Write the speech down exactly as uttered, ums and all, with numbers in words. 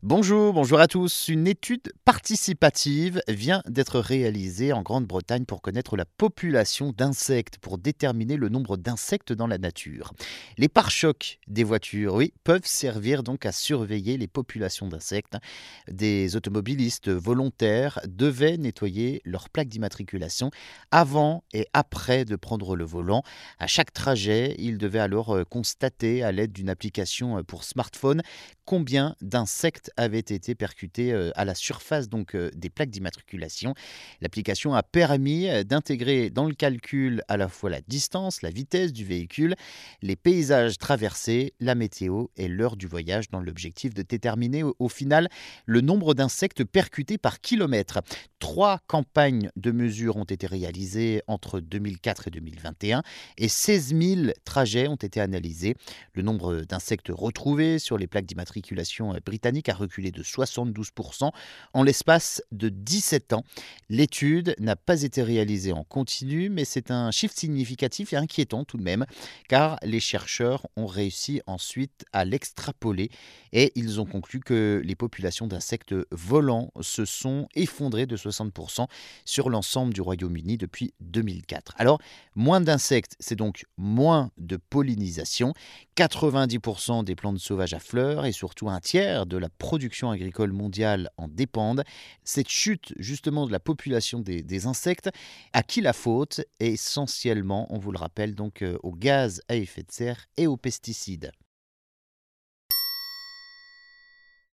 Bonjour, bonjour à tous. Une étude participative vient d'être réalisée en Grande-Bretagne pour connaître la population d'insectes, pour déterminer le nombre d'insectes dans la nature. Les pare-chocs des voitures, oui, peuvent servir donc à surveiller les populations d'insectes. Des automobilistes volontaires devaient nettoyer leurs plaques d'immatriculation avant et après de prendre le volant. À chaque trajet, ils devaient alors euh, constater à l'aide d'une application euh, pour smartphone combien d'insectes avaient été percutés euh, à la surface donc, euh, des plaques d'immatriculation. L'application a permis euh, d'intégrer dans le calcul à la fois la distance, la vitesse du véhicule, les paysages traversés, la météo et l'heure du voyage dans l'objectif de déterminer au, au final le nombre d'insectes percutés par kilomètre. Trois campagnes de mesure ont été réalisées entre deux mille quatre et deux mille vingt et un et seize mille trajets ont été analysés. Le nombre d'insectes retrouvés sur les plaques d'immatriculation britanniques a reculé de soixante-douze pour cent en l'espace de dix-sept ans. L'étude n'a pas été réalisée en continu, mais c'est un chiffre significatif et inquiétant tout de même, car les chercheurs ont réussi ensuite à l'extrapoler et ils ont conclu que les populations d'insectes volants se sont effondrées de soixante pour cent sur l'ensemble du Royaume-Uni depuis deux mille quatre. Alors, moins d'insectes, c'est donc moins de pollinisation. quatre-vingt-dix pour cent des plantes sauvages à fleurs et surtout un tiers de la production agricole mondiale en dépendent. Cette chute justement de la population des, des insectes, à qui la faute? Essentiellement, on vous le rappelle, donc euh, aux gaz à effet de serre et aux pesticides.